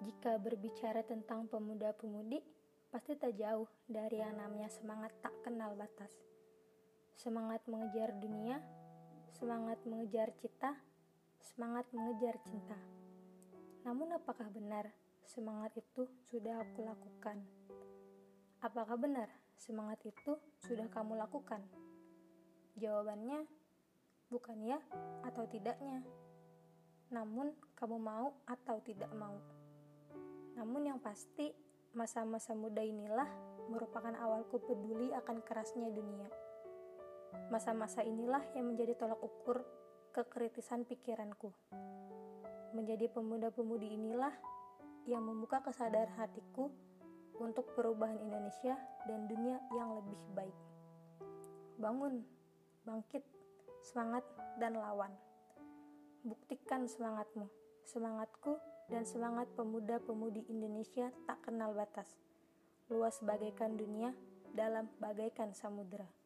Jika berbicara tentang pemuda-pemudi, pasti tak jauh dari yang namanya semangat tak kenal batas. Semangat mengejar dunia, semangat mengejar cita, semangat mengejar cinta. Namun apakah benar semangat itu sudah aku lakukan? Apakah benar semangat itu sudah kamu lakukan? Jawabannya bukan ya atau tidaknya. Namun kamu mau atau tidak mau. Namun yang pasti, masa-masa muda inilah merupakan awalku peduli akan kerasnya dunia. Masa-masa inilah yang menjadi tolak ukur kekritisan pikiranku. Menjadi pemuda-pemudi inilah yang membuka kesadaran hatiku untuk perubahan Indonesia dan dunia yang lebih baik. Bangun, bangkit, semangat, dan lawan. Buktikan semangatmu, semangatku, dan semangat pemuda-pemudi Indonesia tak kenal batas. Luas bagaikan dunia, dalam bagaikan samudera.